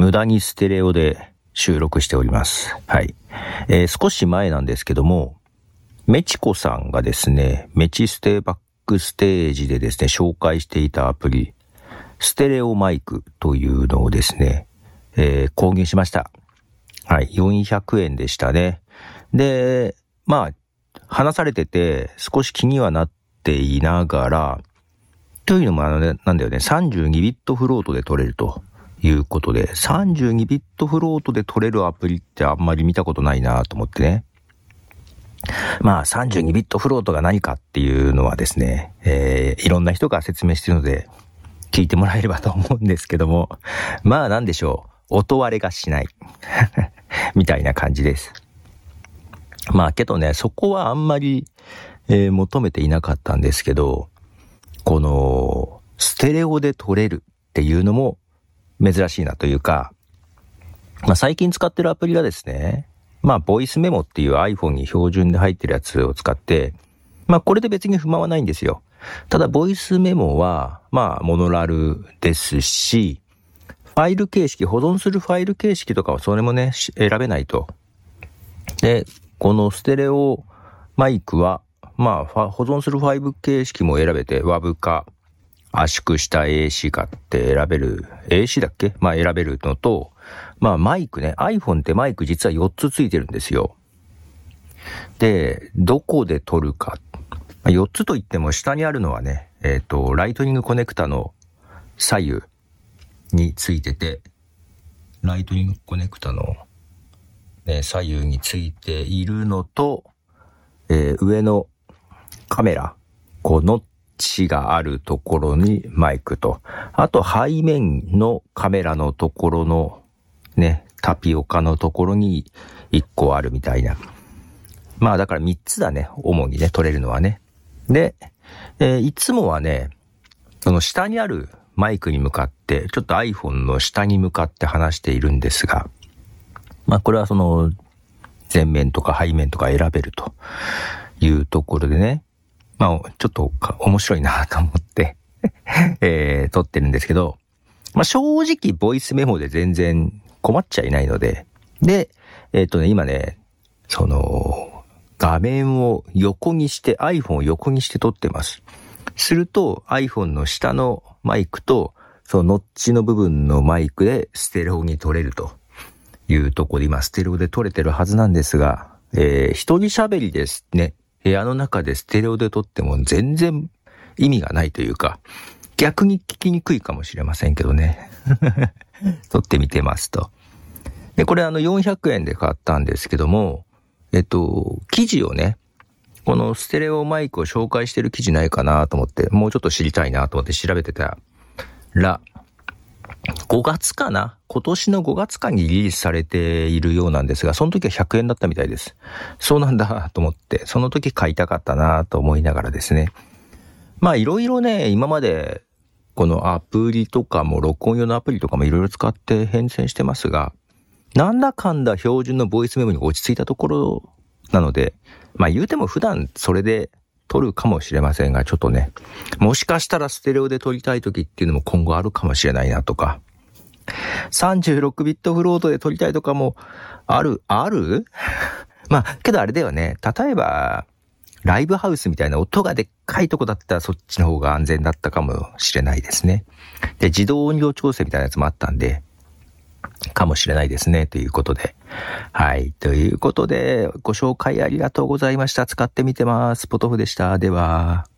無駄にステレオで収録しております。はい。少し前なんですけども、メチコさんがですね、メチステバックステージでですね、紹介していたアプリ、ステレオマイクというのをですね、購入しました。はい。400円でしたね。で、話されてて少し気にはなっていながら、というのもなんだよね、32ビットフロートで撮れるということで、32ビットフロートで撮れるアプリってあんまり見たことないなと思ってね。32ビットフロートが何かっていうのはですね、いろんな人が説明しているので聞いてもらえればと思うんですけども、なんでしょう、音割れがしないみたいな感じです。けどね、そこはあんまり、求めていなかったんですけど、このステレオで撮れるっていうのも珍しいなというか、最近使ってるアプリがですね、ボイスメモっていう iPhone に標準で入ってるやつを使って、これで別に不満はないんですよ。ただボイスメモはモノラルですし、ファイル形式、保存するファイル形式とかはそれもね選べないと。で、このステレオマイクは保存するファイル形式も選べて、WAV か圧縮した AAC かって選べる、AAC だっけ？選べるのと、マイクね、iPhone ってマイク実は4つついてるんですよ。で、どこで撮るか。4つといっても下にあるのはね、ライトニングコネクタの左右についてて、ライトニングコネクタの、左右についているのと、上のカメラ、ノッチがあるところにマイクと、あと背面のカメラのところのね、タピオカのところに1個あるみたいな。だから3つだね、主にね、撮れるのはね。で、いつもはね、その下にあるマイクに向かって、ちょっと iPhone の下に向かって話しているんですが、これはその前面とか背面とか選べるというところでね、ちょっと面白いなと思って撮ってるんですけど、正直ボイスメモで全然困っちゃいないので、で、今ね、その画面を横にして iPhone を横にして撮ってます。すると iPhone の下のマイクとそのノッチの部分のマイクでステレオに撮れるというところで、今ステレオで撮れてるはずなんですが、一人喋りですね、部屋の中でステレオで撮っても全然意味がないというか、逆に聞きにくいかもしれませんけどね撮ってみてますと。で、これ400円で買ったんですけども、記事をね、このステレオマイクを紹介してる記事ないかなと思って、もうちょっと知りたいなと思って調べてたら、5月かな？今年の5月かにリリースされているようなんですが、その時は100円だったみたいです。そうなんだと思って、その時買いたかったなと思いながらですね。いろいろね、今までこのアプリとかも録音用のアプリとかもいろいろ使って変遷してますが、なんだかんだ標準のボイスメモに落ち着いたところなので、言うても普段それで撮るかもしれませんが、ちょっとね、もしかしたらステレオで撮りたい時っていうのも今後あるかもしれないなとか、36ビットフロートで撮りたいとかもあるけどあれだよね、例えばライブハウスみたいな音がでっかいとこだったらそっちの方が安全だったかもしれないですね。で、自動音量調整みたいなやつもあったんで、かもしれないですね、ということで。はい。ということで、ご紹介ありがとうございました。使ってみてます。ポトフでした。では。